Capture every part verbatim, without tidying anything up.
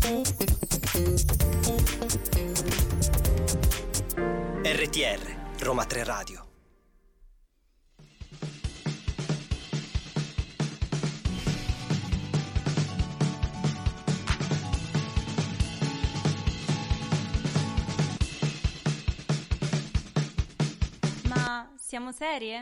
R T R, Roma tre Radio. Ma siamo serie?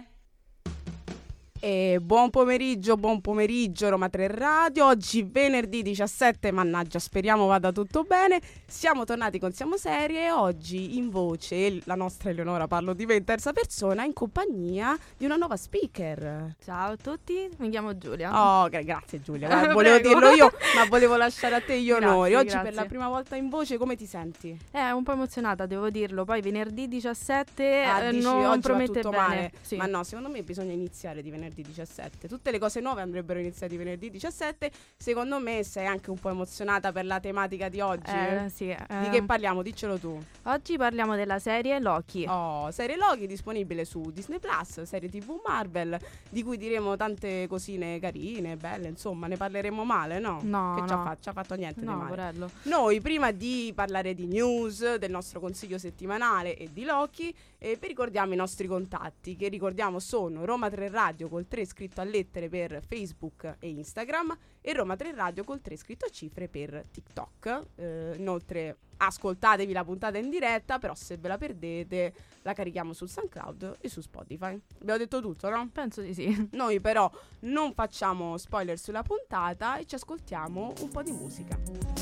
E buon pomeriggio, buon pomeriggio Roma tre Radio. Oggi venerdì diciassette, mannaggia, speriamo vada tutto bene. Siamo tornati con Siamo Serie e oggi in voce la nostra Eleonora, parlo di me in terza persona, in compagnia di una nuova speaker. Ciao a tutti, mi chiamo Giulia. Oh, gra- grazie Giulia, Guarda, volevo dirlo io, ma volevo lasciare a te gli Grazie, onori. Oggi grazie. per la prima volta in voce, come ti senti? Eh, un po' emozionata, devo dirlo. Poi venerdì diciassette Ah, eh, dici, non oggi va promette tutto bene. male. Sì. Ma no, secondo me bisogna iniziare di venerdì diciassette. Tutte le cose nuove andrebbero iniziate venerdì diciassette. Secondo me sei anche un po' emozionata per la tematica di oggi. Eh, sì, eh. Di che parliamo? Diccelo tu. Oggi parliamo della serie Loki. Oh, serie Loki disponibile su Disney Plus, serie tivù Marvel, di cui diremo tante cosine carine, belle, insomma, ne parleremo male, no? No, Che ci ha no. fatto, ci ha fatto niente di No, male. porello. Noi, prima di parlare di news, del nostro consiglio settimanale e di Loki, eh, vi ricordiamo i nostri contatti, che ricordiamo sono Roma tre Radio col tre scritto a lettere per Facebook e Instagram e Roma tre Radio col tre scritto a cifre per TikTok. Eh, inoltre ascoltatevi la puntata in diretta, però se ve la perdete la carichiamo sul SoundCloud e su Spotify. Abbiamo detto tutto, no? Penso di sì. Noi però non facciamo spoiler sulla puntata e ci ascoltiamo un po' di musica.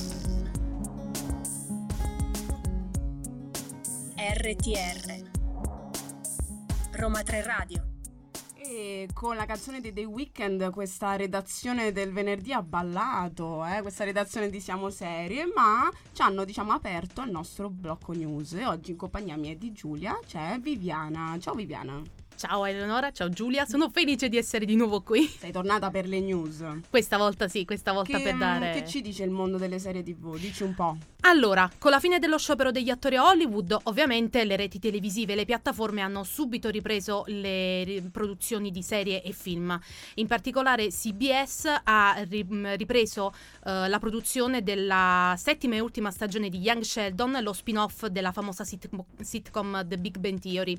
R T R Roma tre Radio. E con la canzone di The Weeknd questa redazione del venerdì ha ballato, eh? Questa redazione di Siamo Serie, ma ci hanno, diciamo, aperto al nostro blocco news e oggi in compagnia mia e di Giulia c'è Viviana. Ciao Viviana. Ciao Eleonora, ciao Giulia, sono felice di essere di nuovo qui. Sei tornata per le news. Questa volta sì, questa volta Che, per dare... che ci dice il mondo delle serie tivù? Dici un po'. Allora, con la fine dello sciopero degli attori a Hollywood, ovviamente le reti televisive e le piattaforme hanno subito ripreso le ri- produzioni di serie e film. In particolare C B S ha ri- ripreso eh, la produzione della settima e ultima stagione di Young Sheldon, lo spin-off della famosa sitcom, sitcom The Big Bang Theory.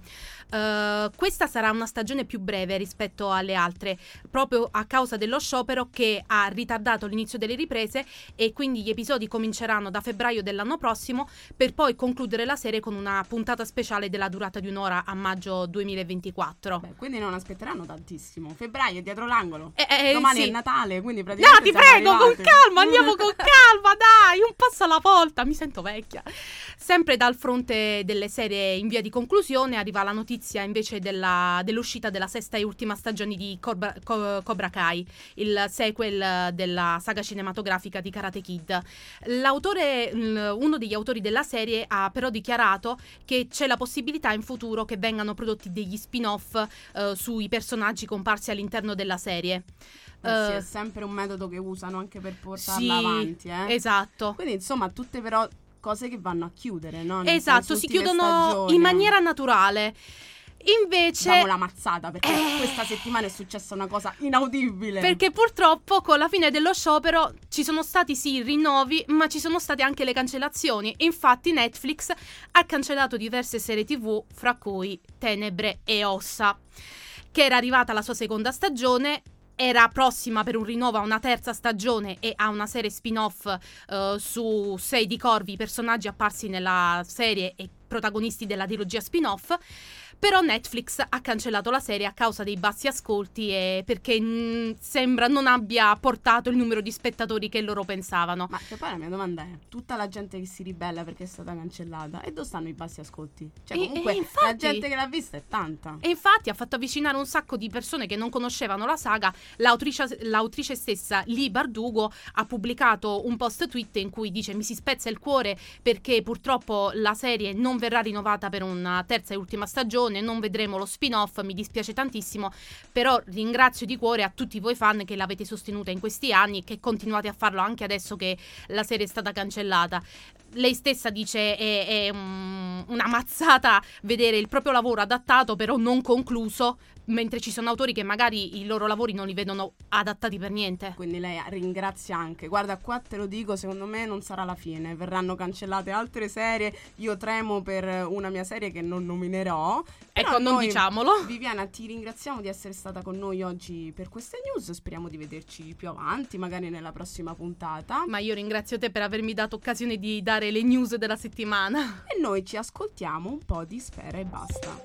Eh, questa sarà una stagione più breve rispetto alle altre, proprio a causa dello sciopero che ha ritardato l'inizio delle riprese, e quindi gli episodi cominceranno da febbraio dell'anno prossimo per poi concludere la serie con una puntata speciale della durata di un'ora a maggio duemilaventiquattro. Beh, quindi non aspetteranno tantissimo. Febbraio è dietro l'angolo. Eh, eh, Domani sì. è Natale, quindi No, praticamente ti siamo prego, arrivati. con calma, andiamo con calma, dai, un passo alla volta, mi sento vecchia. Sempre dal fronte delle serie in via di conclusione arriva la notizia invece della, dell'uscita della sesta e ultima stagione di Cobra, Co- Cobra Kai, il sequel della saga cinematografica di Karate Kid. L'autore, uno degli autori della serie ha però dichiarato che c'è la possibilità in futuro che vengano prodotti degli spin-off eh, sui personaggi comparsi all'interno della serie. Eh sì, Eh, è sempre un metodo che usano anche per portarla sì, avanti, eh. esatto. Quindi insomma tutte però cose che vanno a chiudere, no? Nel Esatto, senso, si ultime chiudono stagioni. in maniera naturale. Invece, Diamo la mazzata perché Eh. questa settimana è successa una cosa inaudibile. perché purtroppo con la fine dello sciopero ci sono stati sì rinnovi, ma ci sono state anche le cancellazioni. Infatti Netflix ha cancellato diverse serie tivù, fra cui Tenebre e Ossa, che era arrivata la sua seconda stagione. Era prossima per un rinnovo a una terza stagione e a una serie spin-off eh, su Sei di Corvi, i personaggi apparsi nella serie e protagonisti della trilogia spin-off. Però Netflix ha cancellato la serie a causa dei bassi ascolti e perché mh, sembra non abbia portato il numero di spettatori che loro pensavano. Ma che poi la mia domanda è: tutta la gente che si ribella perché è stata cancellata, e dove stanno i bassi ascolti? Cioè E- comunque e infatti- la gente che l'ha vista è tanta. E infatti ha fatto avvicinare un sacco di persone che non conoscevano la saga. L'autrice, l'autrice stessa, Lee Bardugo, ha pubblicato un post tweet in cui dice: mi si spezza il cuore perché purtroppo la serie non verrà rinnovata per una terza e ultima stagione, non vedremo lo spin-off, mi dispiace tantissimo, però ringrazio di cuore a tutti voi fan che l'avete sostenuta in questi anni e che continuate a farlo anche adesso che la serie è stata cancellata. Lei stessa dice è, è um, una mazzata vedere il proprio lavoro adattato però non concluso mentre ci sono autori che magari i loro lavori non li vedono adattati per niente. Quindi lei ringrazia anche. Guarda, qua te lo dico, secondo me non sarà la fine. Verranno cancellate altre serie. Io tremo per una mia serie che non nominerò. Però Ecco, non noi, diciamolo. Viviana, ti ringraziamo di essere stata con noi oggi per queste news. Speriamo di vederci più avanti, magari nella prossima puntata. Ma io ringrazio te per avermi dato occasione di dare le news della settimana. E noi ci ascoltiamo un po' di Sfera e basta.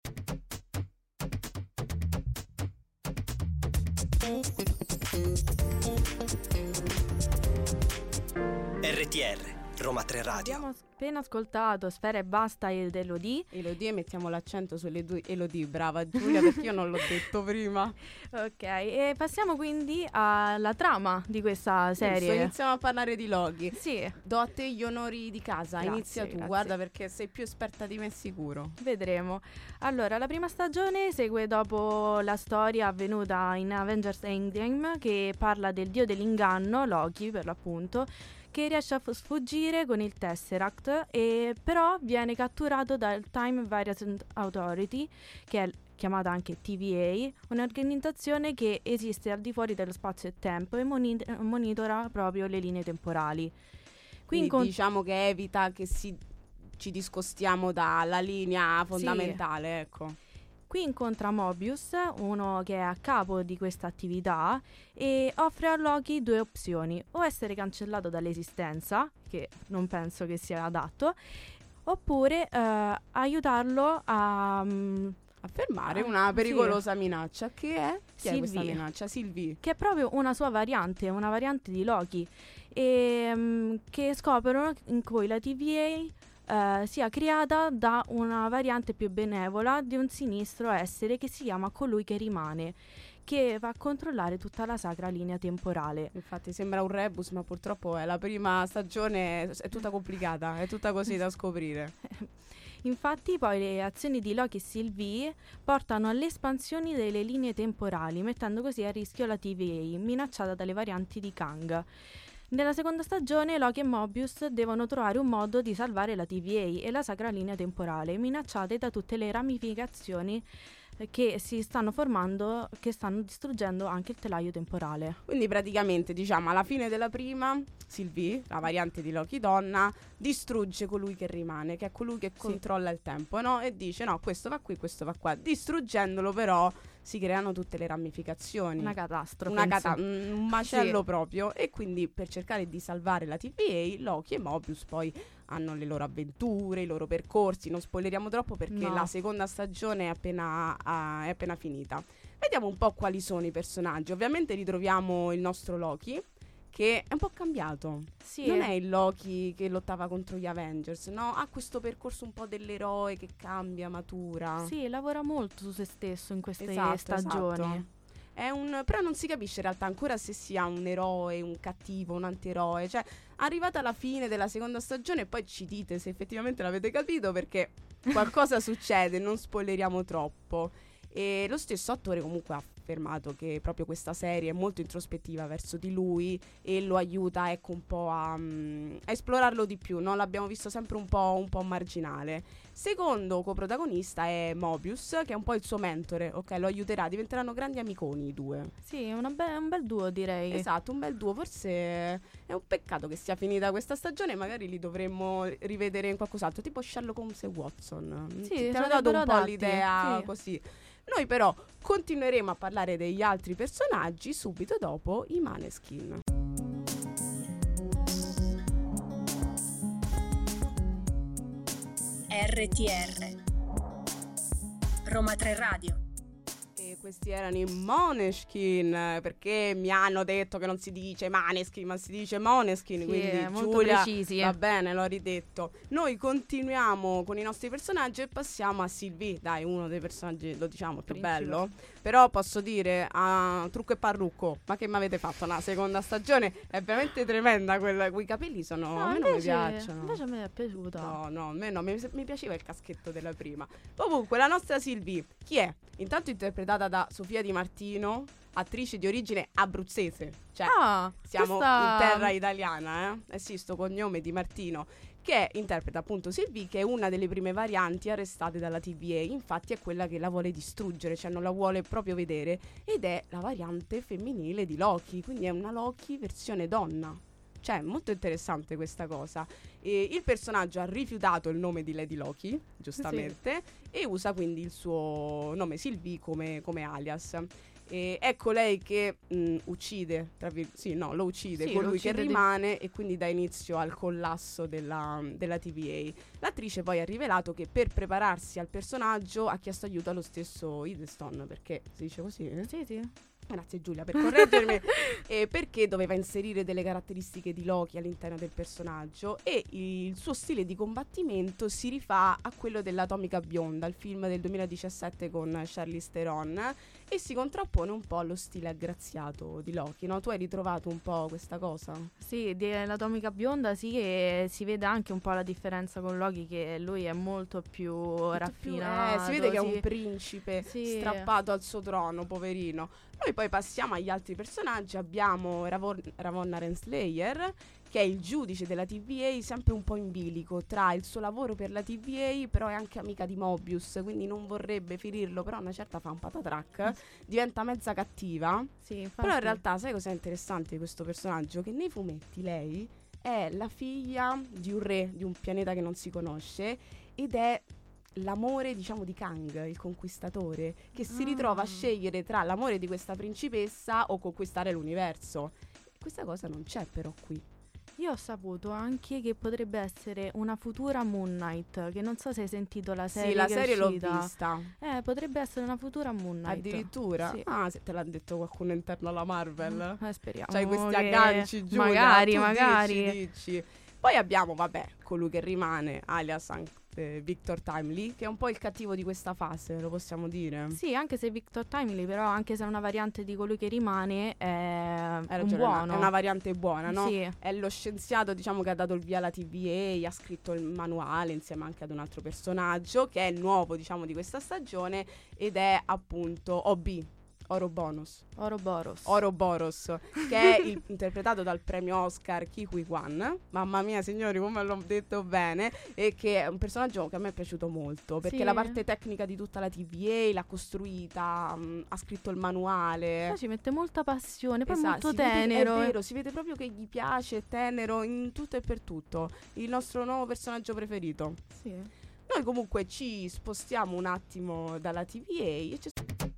R T R Roma tre Radio. Abbiamo appena ascoltato Sfera e basta il Elodie. Elodie, mettiamo l'accento sulle due Elodie, brava Giulia, perché io non l'ho detto prima. Ok, e passiamo quindi alla trama di questa serie. Adesso iniziamo a parlare di Loki. Sì, Do a te gli onori di casa, Grazie, inizia tu, grazie. guarda, perché sei più esperta di me sicuro. vedremo. Allora, la prima stagione segue dopo la storia avvenuta in Avengers Endgame, che parla del dio dell'inganno, Loki per l'appunto, che riesce a fu- sfuggire con il Tesseract, e però viene catturato dal Time Variance Authority, che è chiamata anche T V A, un'organizzazione che esiste al di fuori dello spazio e tempo e moni- monitora proprio le linee temporali. Qui Quindi incont- diciamo che evita che si, ci discostiamo dalla linea fondamentale, ecco. Qui incontra Mobius, uno che è a capo di questa attività, e offre a Loki due opzioni: o essere cancellato dall'esistenza, che non penso che sia adatto, oppure eh, aiutarlo a... mm, A fermare Ah, una sì. pericolosa minaccia che è? Chi è Sylvie. questa minaccia? Sylvie. che è proprio una sua variante, una variante di Loki, e mm, che scoprono in cui la T V A eh, sia creata da una variante più benevola di un sinistro essere che si chiama Colui che rimane, che va a controllare tutta la sacra linea temporale. Infatti sembra un rebus, ma purtroppo è la prima stagione, è tutta complicata, è tutta così da scoprire. Infatti poi le azioni di Loki e Sylvie portano alle espansioni delle linee temporali, mettendo così a rischio la T V A, minacciata dalle varianti di Kang. Nella seconda stagione Loki e Mobius devono trovare un modo di salvare la T V A e la sacra linea temporale, minacciate da tutte le ramificazioni eh, che si stanno formando, che stanno distruggendo anche il telaio temporale. Quindi praticamente, diciamo, alla fine della prima, Sylvie, la variante di Loki donna, distrugge colui che rimane, che è colui che controlla il tempo, no? E dice no, questo va qui, questo va qua. Distruggendolo però si creano tutte le ramificazioni. Una catastrofe. Una insomma. cata- un un macello Sì. proprio. E quindi per cercare di salvare la T V A, Loki e Mobius poi hanno le loro avventure, i loro percorsi. Non spoileriamo troppo perché No. la seconda stagione è appena, ah, è appena finita. Vediamo un po' quali sono i personaggi. Ovviamente ritroviamo il nostro Loki, che è un po' cambiato. Sì, Non è il Loki che lottava contro gli Avengers, no? Ha questo percorso un po' dell'eroe che cambia, matura. sì, lavora molto su se stesso in queste Esatto, stagioni. esatto. È un, però non si capisce in realtà ancora se sia un eroe, un cattivo, un antieroe. Cioè, arrivata alla fine della seconda stagione, poi ci dite se effettivamente l'avete capito, perché qualcosa succede, non spoileriamo troppo. E lo stesso attore comunque ha affermato che proprio questa serie è molto introspettiva verso di lui e lo aiuta, ecco, un po' a, mm, a esplorarlo di più, no? L'abbiamo visto sempre un po', un po' marginale. Secondo coprotagonista è Mobius, che è un po' il suo mentore, ok? Lo aiuterà, diventeranno grandi amiconi i due. Sì, una be- un bel duo direi. Esatto, un bel duo. Forse è un peccato che sia finita questa stagione, magari li dovremmo rivedere in qualcos'altro, tipo Sherlock Holmes e Watson. Sì, ti hanno dato sarebbero un po' adatti, l'idea sì. così. Noi però continueremo a parlare degli altri personaggi subito dopo i Maneskin. R T R Roma tre Radio. E questi erano i Måneskin, perché mi hanno detto che non si dice Maneskin ma si dice Måneskin, Sì, quindi è molto Giulia, precisi. va bene, l'ho ridetto. Noi continuiamo con i nostri personaggi e passiamo a Sylvie, dai, uno dei personaggi, lo diciamo, più Principe. bello. Però posso dire a Trucco e Parrucco, ma che mi avete fatto una seconda stagione? È veramente tremenda, quella, quei capelli sono, No, a me non mi invece, piacciono. invece a me è piaciuta. No, no, a me no, mi, mi piaceva il caschetto della prima. Comunque, la nostra Sylvie, chi è? Intanto interpretata da Sofia Di Martino, attrice di origine abruzzese, cioè Ah, siamo questa- in terra italiana, eh? Eh sì, sto cognome Di Martino, che interpreta appunto Sylvie, che è una delle prime varianti arrestate dalla T V A. Infatti è quella che la vuole distruggere, cioè non la vuole proprio vedere, ed è la variante femminile di Loki, quindi è una Loki versione donna. Cioè, è molto interessante questa cosa. E il personaggio ha rifiutato il nome di Lady Loki, giustamente, e usa quindi il suo nome Sylvie come, come alias. E ecco lei che mh, uccide, tra vir- sì, no, lo uccide Sì, colui lo che uccide di- rimane e quindi dà inizio al collasso della, della T V A. L'attrice poi ha rivelato che per prepararsi al personaggio ha chiesto aiuto allo stesso Hiddleston, perché si dice così? eh? Sì, sì. Grazie Giulia per correggermi. eh, perché doveva inserire delle caratteristiche di Loki all'interno del personaggio, e il suo stile di combattimento si rifà a quello dell'Atomica Bionda, il film del duemiladiciassette con Charlize Theron, e si contrappone un po' allo stile aggraziato di Loki, no? Tu hai ritrovato un po' questa cosa? Sì, dell'Atomica Bionda sì, e si vede anche un po' la differenza con Loki, che lui è molto più Molto più- raffinato. eh, si vede che è sì. un principe Sì. strappato al suo trono, poverino. Noi poi passiamo agli altri personaggi. Abbiamo Ravon- Ravonna Renslayer, che è il giudice della T V A, sempre un po' in bilico tra il suo lavoro per la T V A, però è anche amica di Mobius, quindi non vorrebbe ferirlo, però una certa fa un patatrack, diventa mezza cattiva. Sì, infatti. Però in realtà sai cos'è interessante di questo personaggio? Che nei fumetti lei è la figlia di un re di un pianeta che non si conosce, ed è l'amore, diciamo, di Kang, il conquistatore, che si Ah. ritrova a scegliere tra l'amore di questa principessa o conquistare l'universo. Questa cosa non c'è però qui. Io ho saputo anche che potrebbe essere una futura Moon Knight, che non so se hai sentito la serie Sì, la che è serie l'ho uscita. vista. Eh, potrebbe essere una futura Moon Knight. Addirittura? Sì. Ah, se te l'ha detto qualcuno interno alla Marvel. Eh, speriamo. C'hai questi che- agganci, Giulia. Magari, tu magari. Dici, dici. Poi abbiamo, vabbè, colui che rimane, alias anche, eh, Victor Timely, che è un po' il cattivo di questa fase, lo possiamo dire. Sì, anche se Victor Timely, però, anche se è una variante di colui che rimane, è Hai un ragione, buono. è una variante buona, no? Sì. È lo scienziato, diciamo, che ha dato il via alla T V A, ha scritto il manuale insieme anche ad un altro personaggio, che è il nuovo, diciamo, di questa stagione, ed è appunto O B. Ouroboros, Ouroboros. Ouroboros, che è il- interpretato dal premio Oscar Ke Huy Quan. Mamma mia, signori, come l'ho detto bene. E che è un personaggio che a me è piaciuto molto, perché Sì. la parte tecnica di tutta la T V A l'ha costruita, mh, ha scritto il manuale. Poi ci mette molta passione, poi è Esatto, molto si vede- tenero. è vero, si vede proprio che gli piace, è tenero in tutto e per tutto. Il nostro nuovo personaggio preferito. Sì. Noi comunque ci spostiamo un attimo dalla T V A e ci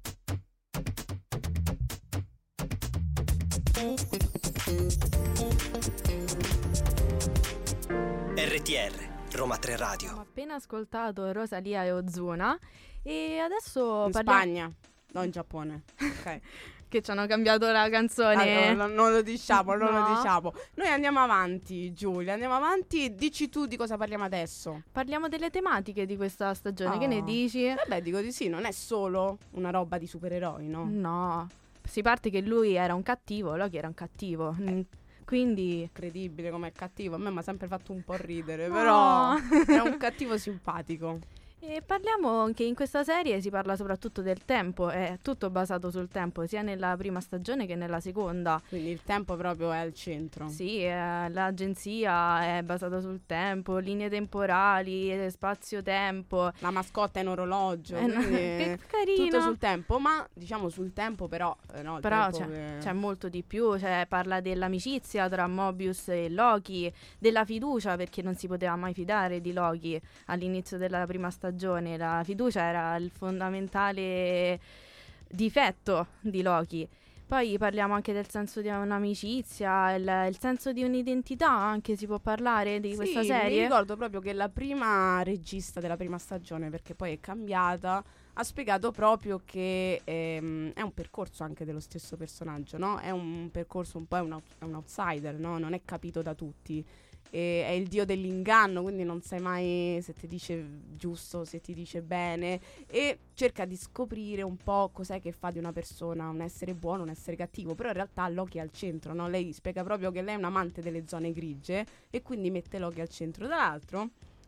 R T R, Roma tre Abbiamo Radio. appena ascoltato Rosalia e Ozuna e adesso in parliamo Spagna, non in Giappone. Ok. che ci hanno cambiato la canzone. Ah, no, no, non lo diciamo, non No. lo diciamo. Noi andiamo avanti, Giulia, andiamo avanti. Dici tu di cosa parliamo adesso. Parliamo delle tematiche di questa stagione, che Oh. ne dici? Vabbè, dico di sì, non è solo una roba di supereroi, no? No, si parte che lui era un cattivo, Loki era un cattivo. Mm, Quindi Incredibile com'è cattivo. A me mi ha sempre fatto un po' ridere, No. però è un cattivo simpatico. E parliamo che in questa serie si parla soprattutto del tempo, è tutto basato sul tempo, sia nella prima stagione che nella seconda. Quindi il tempo proprio è al centro. Sì, eh, l'agenzia è basata sul tempo, linee temporali, eh, spazio-tempo. La mascotta è un orologio, Eh, no, quindi che tutto carino. sul tempo, ma diciamo sul tempo però, eh, no, il Però tempo c'è, che- c'è molto di più, cioè, parla dell'amicizia tra Mobius e Loki, della fiducia, perché non si poteva mai fidare di Loki all'inizio della prima stagione. La fiducia era il fondamentale difetto di Loki. Poi parliamo anche del senso di un'amicizia, il, il senso di un'identità, anche si può parlare di Sì, questa mi serie. ricordo proprio che la prima regista della prima stagione, perché poi è cambiata, ha spiegato proprio che ehm, è un percorso anche dello stesso personaggio, no? È un percorso un po', è un, out- è un outsider, no? Non è capito da tutti. E è il dio dell'inganno, quindi non sai mai se ti dice giusto, se ti dice bene, e cerca di scoprire un po' cos'è che fa di una persona un essere buono, un essere cattivo. Però in realtà Loki è al centro, no? Lei spiega proprio che lei è un amante delle zone grigie e quindi mette Loki al centro. Tra l'altro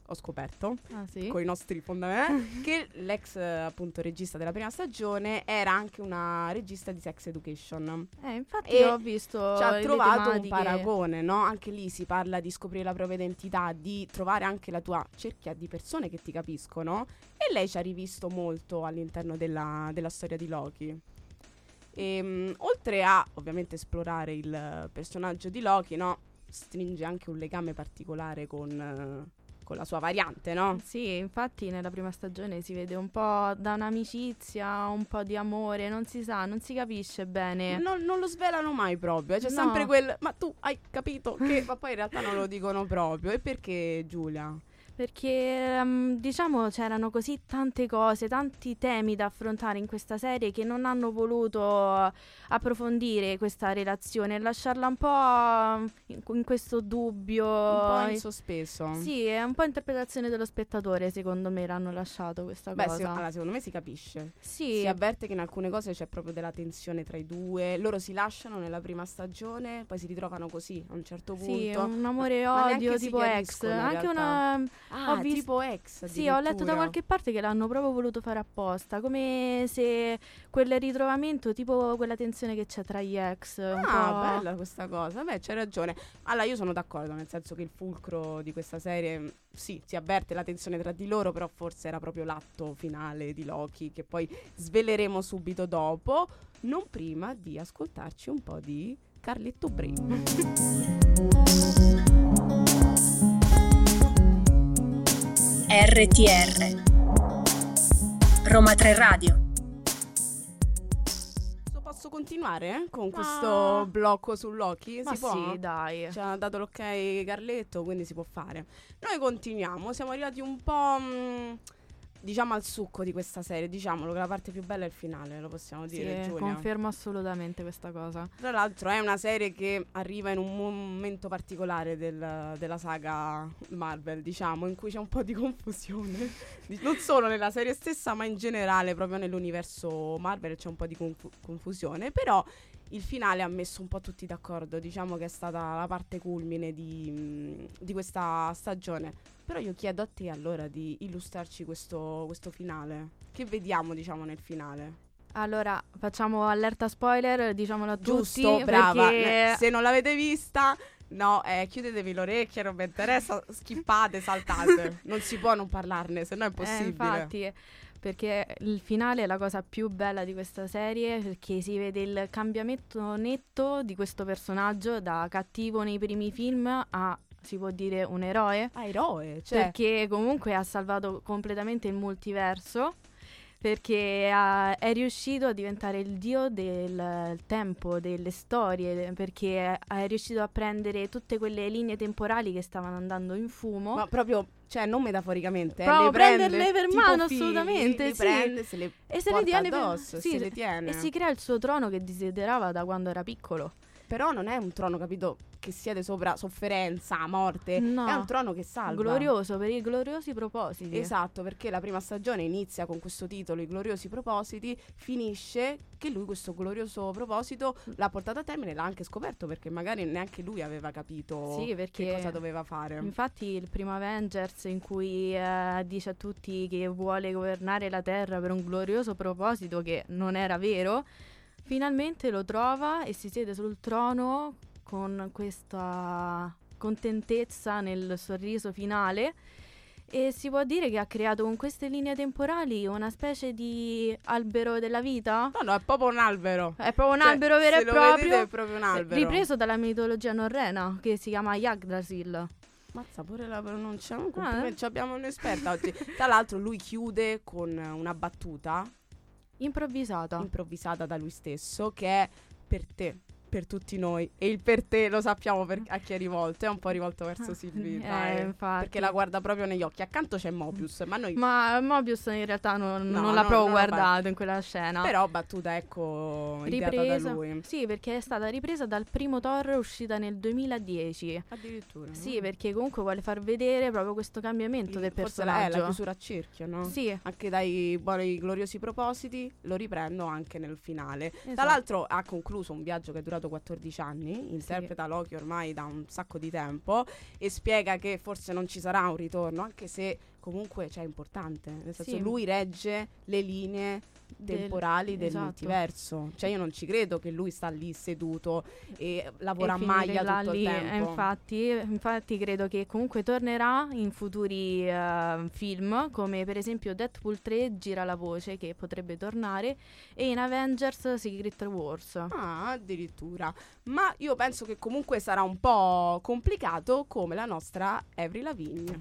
ho scoperto Ah, sì? con i nostri fondamenti che l'ex eh, appunto regista della prima stagione era anche una regista di Sex Education. Eh, infatti E ho visto ci ha le trovato un tematiche. paragone, no? Anche lì si parla di scoprire la propria identità, di trovare anche la tua cerchia di persone che ti capiscono, e lei ci ha rivisto molto all'interno della, della storia di Loki. E, mh, oltre a ovviamente esplorare il personaggio di Loki, no? Stringe anche un legame particolare con, eh, con la sua variante, no? Sì, infatti nella prima stagione si vede un po' da un'amicizia, un po' di amore, non si sa, non si capisce bene. Non, non lo svelano mai proprio, eh. C'è No. sempre quel ma tu hai capito che, ma poi in realtà non lo dicono proprio. E perché, Giulia? Perché ehm, diciamo c'erano così tante cose, tanti temi da affrontare in questa serie che non hanno voluto approfondire questa relazione e lasciarla un po' in, in questo dubbio. Un po' in sospeso. Sì, è un po' interpretazione dello spettatore, secondo me l'hanno lasciato questa Beh, cosa. se- allora, secondo me si capisce. Sì, Si avverte che in alcune cose c'è proprio della tensione tra i due. Loro si lasciano nella prima stagione, poi si ritrovano così a un certo punto. sì, un amore e Ma neanche odio si tipo ex, chiariscono, in anche realtà. una Ah, ho visto- tipo ex. Sì, ho letto da addirittura. qualche parte che l'hanno proprio voluto fare apposta, come se quel ritrovamento, tipo quella tensione che c'è tra gli ex, un Ah, po'. bella questa cosa. Beh, c'hai ragione. Allora, io sono d'accordo, nel senso che il fulcro di questa serie, mh, sì, si avverte la tensione tra di loro, però forse era proprio l'atto finale di Loki, che poi sveleremo subito dopo, non prima di ascoltarci un po' di Carletto Bray. R T R Roma tre Radio. So, Posso continuare eh, con Ma- questo blocco su Loki? Ma Si può? sì, dai. Ci ha dato l'ok Carletto, quindi si può fare. Noi continuiamo, siamo arrivati un po', mh, diciamo, al succo di questa serie. Diciamolo che la parte più bella è il finale, lo possiamo Sì, dire, Giulia. confermo assolutamente questa cosa. Tra l'altro è una serie che arriva in un momento particolare del- della saga Marvel, diciamo, in cui c'è un po' di confusione. Di- non solo nella serie stessa, ma in generale proprio nell'universo Marvel c'è un po' di confu- confusione. Però il finale ha messo un po' tutti d'accordo. Diciamo che è stata la parte culmine di, mh, di questa stagione. Però io chiedo a te allora di illustrarci questo, questo finale. Che vediamo, diciamo, nel finale? Allora, facciamo allerta spoiler, diciamolo a Giusto, tutti. brava. perché- Eh, Se non l'avete vista, no, eh, chiudetevi le orecchie, non mi interessa, skippate, saltate. Non si può non parlarne, se no è Eh, impossibile. infatti, perché il finale è la cosa più bella di questa serie, perché si vede il cambiamento netto di questo personaggio da cattivo nei primi film a, si può dire, un eroe. Ah, eroe, cioè. Perché comunque ha salvato completamente il multiverso, perché ha- è riuscito a diventare il dio del tempo, delle storie, perché è riuscito a prendere tutte quelle linee temporali che stavano andando in fumo. Ma proprio, cioè, non metaforicamente, eh, Proprio le prende prenderle per tipo mano, figli, assolutamente, le sì. prende, se le e se le porta tiene per- addosso, sì, se le tiene. e si crea il suo trono che desiderava da quando era piccolo. Però non è un trono, capito, che siede sopra sofferenza, morte. No. È un trono che salva. Glorioso, per i gloriosi propositi. Esatto, perché la prima stagione inizia con questo titolo, I gloriosi propositi, finisce che lui questo glorioso proposito l'ha portato a termine, l'ha anche scoperto, perché magari neanche lui aveva capito Sì, perché che cosa doveva fare. infatti il primo Avengers in cui eh, dice a tutti che vuole governare la Terra per un glorioso proposito che non era vero, finalmente lo trova e si siede sul trono con questa contentezza nel sorriso finale, e si può dire che ha creato con queste linee temporali una specie di albero della vita. No, no, è proprio un albero. È proprio un Cioè, albero vero se e lo proprio, vedete è proprio un albero. ripreso dalla mitologia norrena, che si chiama Yggdrasil. Mazza, pure la pronuncia. Un Ah, complimento, ci abbiamo un'esperta oggi. Tra l'altro lui chiude con una battuta Improvvisata. improvvisata da lui stesso, che è per te, per tutti noi. E il per te lo sappiamo per- a chi è rivolto. È un po' rivolto verso Silvia. Eh, eh, infatti. perché la guarda proprio negli occhi. Accanto c'è Mobius, ma noi... Ma Mobius in realtà non, No, non l'ha no, proprio non lo guardato in quella scena. Però battuta, ecco, ideata da ripresa. lui. Sì, perché è stata ripresa dal primo Thor uscita nel duemiladieci. Addirittura. Sì, perché comunque vuole far vedere proprio questo cambiamento del Forse la, è personaggio. la chiusura a cerchio, no? Sì, Anche dai buoni gloriosi propositi lo riprendo anche nel finale. Tra esatto. l'altro ha concluso un viaggio che è durato durato quattordici anni, interpreta sì. Loki ormai da un sacco di tempo e spiega che forse non ci sarà un ritorno, anche se comunque cioè, è importante, nel senso sì. lui regge le linee temporali del, del esatto. multiverso, cioè io non ci credo che lui sta lì seduto e lavora a maglia tutto lì, il tempo. Infatti, infatti credo che comunque tornerà in futuri uh, film, come per esempio Deadpool tre gira la voce che potrebbe tornare, e in Avengers Secret Wars. Ah, addirittura. Ma io penso che comunque sarà un po' complicato come la nostra Avril Lavigne.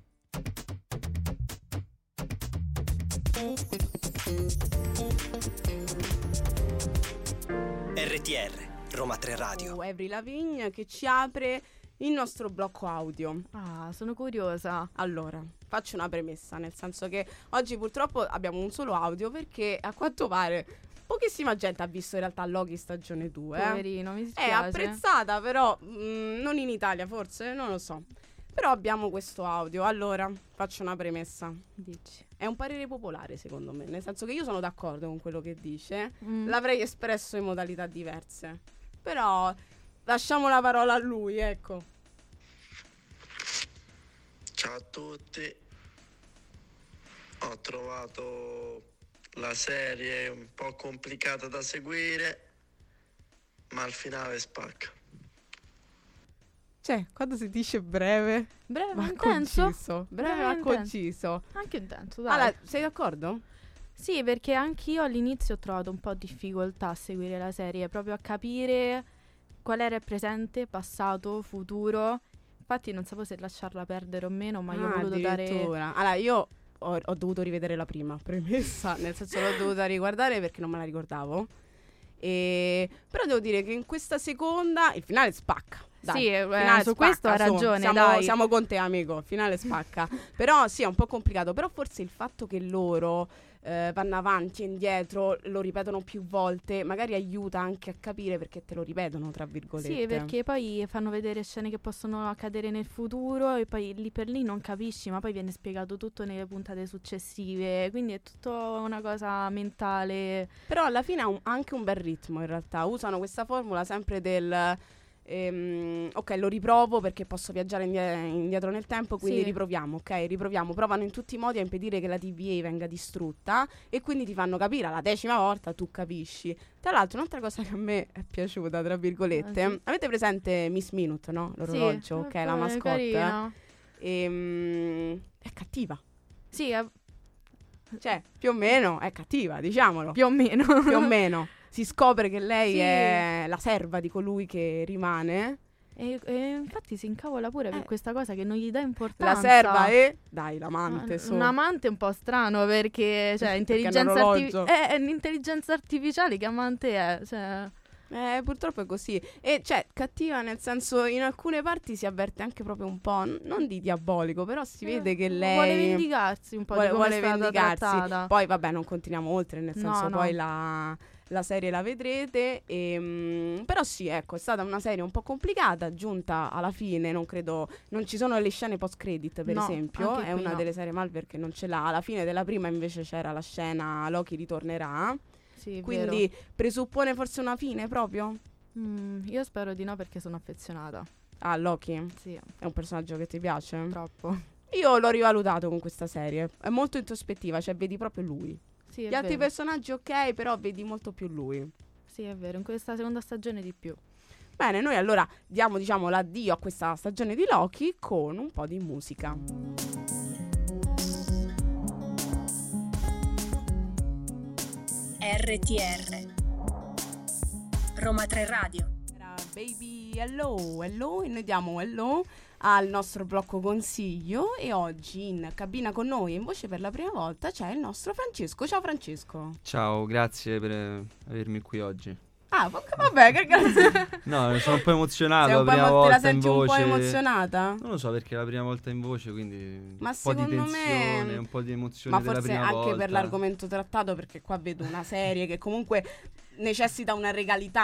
R T R Roma tre Radio. Oh, Avril Lavigne che ci apre il nostro blocco audio. Ah, sono curiosa. Allora, faccio una premessa, nel senso che oggi purtroppo abbiamo un solo audio perché a quanto pare pochissima gente ha visto in realtà Loki stagione due. Poverino, mi dispiace. È apprezzata però mh, non in Italia forse, non lo so. Però abbiamo questo audio. Allora, faccio una premessa. Dici. È un parere popolare secondo me, nel senso che io sono d'accordo con quello che dice, mm. l'avrei espresso in modalità diverse. Però lasciamo la parola a lui, ecco. Ciao a tutti. Ho trovato la serie un po' complicata da seguire, ma al finale spacca. Cioè, quando si dice breve, breve ma intenso, conciso. Breve, breve ma intenso. conciso. Anche intenso, dai. Allora, sei d'accordo? Sì, perché anch'io all'inizio ho trovato un po' difficoltà a seguire la serie, proprio a capire qual era il presente, passato, futuro. Infatti non sapevo se lasciarla perdere o meno, ma io ah, ho voluto dare... Allora, io ho, ho dovuto rivedere la prima, premessa, nel senso l'ho dovuta riguardare perché non me la ricordavo. E... Però devo dire che in questa seconda il finale spacca. Dai, sì, eh, su spacca, questo ha ragione, su, siamo, dai. siamo con te, amico, finale spacca. Però sì, è un po' complicato, però forse il fatto che loro eh, vanno avanti e indietro, lo ripetono più volte, magari aiuta anche a capire perché te lo ripetono, tra virgolette. Sì, perché poi fanno vedere scene che possono accadere nel futuro e poi lì per lì non capisci, ma poi viene spiegato tutto nelle puntate successive, quindi è tutto una cosa mentale. Però alla fine ha un, anche un bel ritmo in realtà, usano questa formula sempre del... Ehm, ok, lo riprovo perché posso viaggiare indie- indietro nel tempo, quindi sì. riproviamo, ok, riproviamo. Provano in tutti i modi a impedire che la T V A venga distrutta e quindi ti fanno capire alla decima volta, tu capisci. Tra l'altro un'altra cosa che a me è piaciuta, tra virgolette, ah, sì. avete presente Miss Minute, no? L'orologio, sì, ok, la mascotte. Ehm, è cattiva. Sì, è... cioè più o meno è cattiva, diciamolo. Più o meno. Più o meno. Si scopre che lei sì. è la serva di colui che rimane. E, e infatti si incavola pure eh. per questa cosa che non gli dà importanza. La serva e dai, l'amante. Uh, so. Un amante un po' strano perché, cioè, intelligenza, artifi- è, è un'intelligenza artificiale, che amante è? Cioè... Eh, purtroppo è così. E cioè, cattiva nel senso, in alcune parti si avverte anche proprio un po', n- non di diabolico, però si eh, vede che lei vuole vendicarsi un po' vuole, di come vuole è stata vendicarsi. trattata. Poi vabbè, non continuiamo oltre, nel senso no, no. poi la... la serie la vedrete, e, mh, però sì, ecco, è stata una serie un po' complicata, giunta alla fine, non credo, non ci sono le scene post credit per no, esempio, è una no. delle serie Marvel che non ce l'ha. Alla fine della prima invece c'era la scena Loki ritornerà, sì, quindi vero. presuppone forse una fine proprio? Mm, io spero di no perché sono affezionata. Ah, Loki? Sì. È un personaggio che ti piace? Troppo. Io l'ho rivalutato con questa serie, è molto introspettiva, cioè vedi proprio lui. Sì, Gli è altri vero. personaggi ok, però vedi molto più lui. Sì, è vero, in questa seconda stagione di più. Bene, noi allora diamo, diciamo, l'addio a questa stagione di Loki con un po' di musica. R T R Roma tre Radio. Era Baby Hello, Hello, e noi diamo Hello al nostro blocco consiglio, e oggi in cabina con noi, in voce per la prima volta, c'è il nostro Francesco. Ciao Francesco. Ciao, grazie per avermi qui oggi. Ah, vabbè, che grazie. No, sono un po' emozionato. Sei un la po' prima emo- volta te la senti in voce. un po' emozionata? Non lo so, perché è la prima volta in voce, quindi Ma un po' di secondo tensione, me... un po' di emozione Ma della forse prima anche volta. per l'argomento trattato, perché qua vedo una serie che comunque necessita una regalità.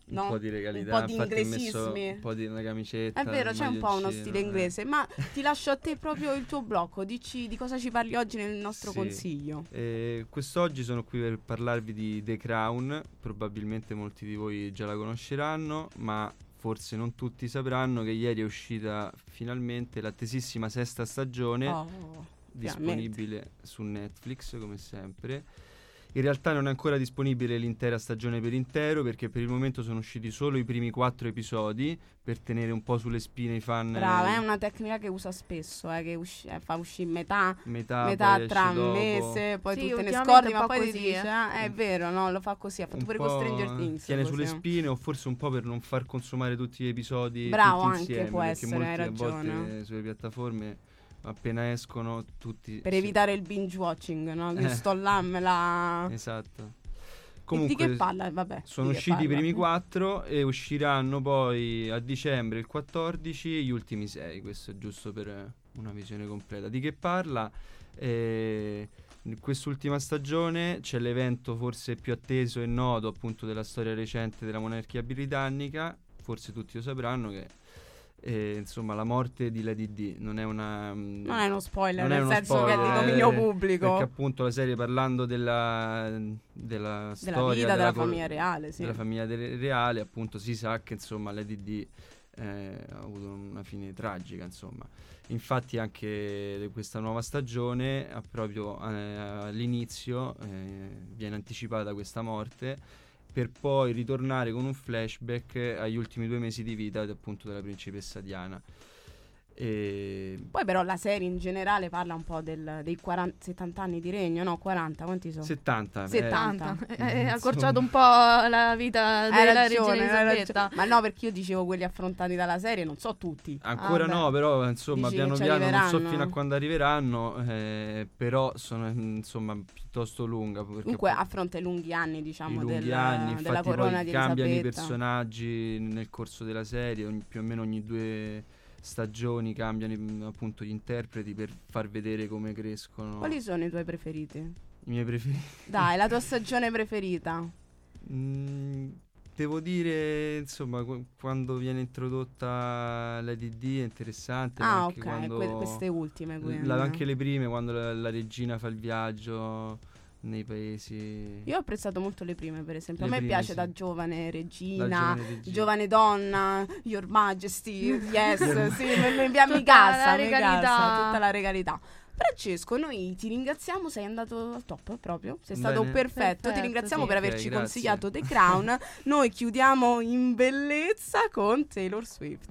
no? Un po' di legalità, un po' di infatti ho messo inglesismi. un po' di una camicetta. È vero, c'è un po' uno maglioncino, stile eh. inglese, ma ti lascio a te proprio il tuo blocco, dici di cosa ci parli oggi nel nostro Sì. consiglio. Eh, quest'oggi sono qui per parlarvi di The Crown, probabilmente molti di voi già la conosceranno, ma forse non tutti sapranno che ieri è uscita finalmente l'attesissima sesta stagione, Oh, disponibile su Netflix come sempre. In realtà non è ancora disponibile l'intera stagione per intero, perché per il momento sono usciti solo i primi quattro episodi per tenere un po' sulle spine i fan. brava, eh, è una tecnica che usa spesso, eh, che usci- eh, fa uscire metà, metà, metà poi tra esce un dopo. mese, poi Sì, tu te ne ultimamente scordi, è un ma po' poi ti così, dice, eh. ah, è vero, no, lo fa così, ha fatto Un pure po' con Stranger Things. tiene così. sulle spine, o forse un po' per non far consumare tutti gli episodi Bravo, tutti anche insieme, può perché essere, molti hai a ragione. volte sulle piattaforme appena escono tutti Per sì. evitare il binge watching, no? Che Eh. sto là, me la... Esatto. E di Comunque che parla? Vabbè. sono di che usciti i parla? primi quattro e usciranno poi a dicembre il quattordici gli ultimi sei. Questo è giusto per eh, una visione completa. Di che parla? Eh, in quest'ultima stagione c'è l'evento forse più atteso e noto appunto della storia recente della monarchia britannica. Forse tutti lo sapranno che eh, insomma la morte di Lady Di non è una mm, Non è uno spoiler, non è nel uno senso che è di spoiler, dominio eh, pubblico. perché appunto la serie, parlando della, della storia vita della col- famiglia reale, sì. della famiglia de- reale, appunto si sa che insomma Lady Di eh, ha avuto una fine tragica, insomma. Infatti anche questa nuova stagione ha proprio eh, all'inizio eh, viene anticipata questa morte, per poi ritornare con un flashback agli ultimi due mesi di vita appunto della principessa Diana. E Poi però la serie in generale parla un po' del, dei quaranta, settanta anni di regno, no? quaranta, quanti sono? settanta, eh, settanta. Tanta. Eh, ha accorciato un po' la vita Hai della ragione, regina hai Elisabetta. ragione. Ma no, perché io dicevo quelli affrontati dalla serie, non so tutti. ancora Ah, beh. no, però insomma Dici piano che ci piano non so arriveranno? fino a quando arriveranno, eh, però sono insomma piuttosto lunga. perché Comunque appunto affronta i lunghi anni, diciamo, i lunghi del- anni, della infatti corona poi di cambiano i Elisabetta. personaggi nel corso della serie, ogni- più o meno ogni due stagioni cambiano i- appunto gli interpreti per far vedere come crescono. Quali sono i tuoi preferiti? I miei preferiti? Dai, la tua stagione preferita. Mm, devo dire, insomma, qu- quando viene introdotta Lady Di è interessante, ma Ah, anche ok, quando que- queste ultime, quindi. la- anche le prime, quando la, la regina fa il viaggio nei paesi. Io ho apprezzato molto le prime, per esempio. Le A me prime, piace sì. da giovane regina, La giovane regina. giovane donna, Your Majesty, yes, sì, mi, mi, mi, mi Tutta casa, la mi regalità. casa, tutta la regalità. Francesco, noi ti ringraziamo, sei andato al top proprio, sei stato Bene. perfetto, Perfetto, ti ringraziamo sì. per Ok, averci grazie. consigliato The Crown. Noi chiudiamo in bellezza con Taylor Swift.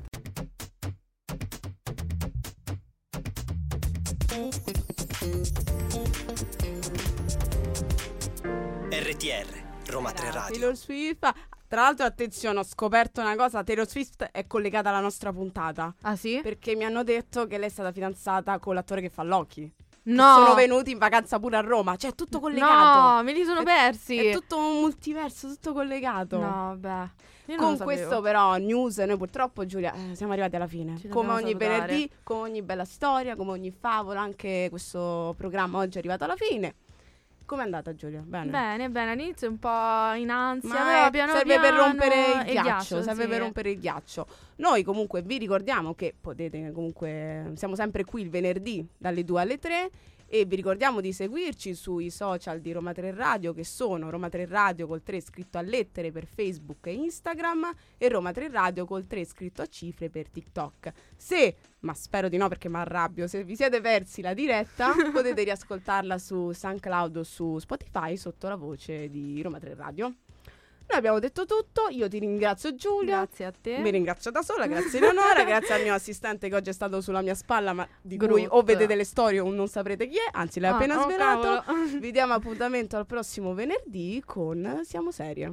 R T R, Roma tre Radio. Taylor Swift. Tra l'altro, attenzione, ho scoperto una cosa, Taylor Swift è collegata alla nostra puntata, Ah sì? perché mi hanno detto che lei è stata fidanzata con l'attore che fa Loki. No. Sono venuti in vacanza pure a Roma, cioè è tutto collegato. No, me li sono È- persi. È tutto un multiverso, tutto collegato. No, beh. Io non Con lo sapevo. questo però news, noi purtroppo Giulia eh, siamo arrivati alla fine. Ci Come dobbiamo ogni salutare. venerdì, come ogni bella storia, come ogni favola, anche questo programma oggi è arrivato alla fine. Com'è andata Giulia? Bene. Bene, bene, all'inizio un po' in ansia, Ma però è- piano serve per piano rompere il e ghiaccio, serve sì. per rompere il ghiaccio. Noi comunque vi ricordiamo che potete comunque siamo sempre qui il venerdì dalle due alle tre e vi ricordiamo di seguirci sui social di Roma tre Radio, che sono Roma tre Radio col tre scritto a lettere per Facebook e Instagram e Roma tre Radio col tre scritto a cifre per TikTok. Se, ma spero di no perché mi arrabbio, se vi siete persi la diretta potete riascoltarla su SoundCloud o su Spotify sotto la voce di Roma tre Radio. Noi abbiamo detto tutto, io ti ringrazio Giulia. Grazie a te. Mi ringrazio da sola, grazie Eleonora, grazie al mio assistente che oggi è stato sulla mia spalla, ma di cui Groot. o vedete le storie o non saprete chi è, anzi l'hai Ah, appena oh, svelato. cavolo. Vi diamo appuntamento al prossimo venerdì con Siamo Serie.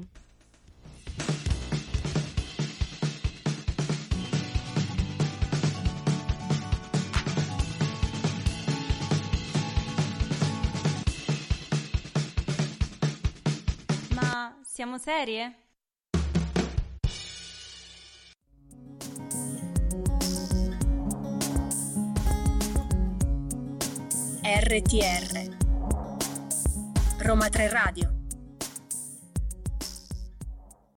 Ma siamo serie? R T R Roma tre Radio.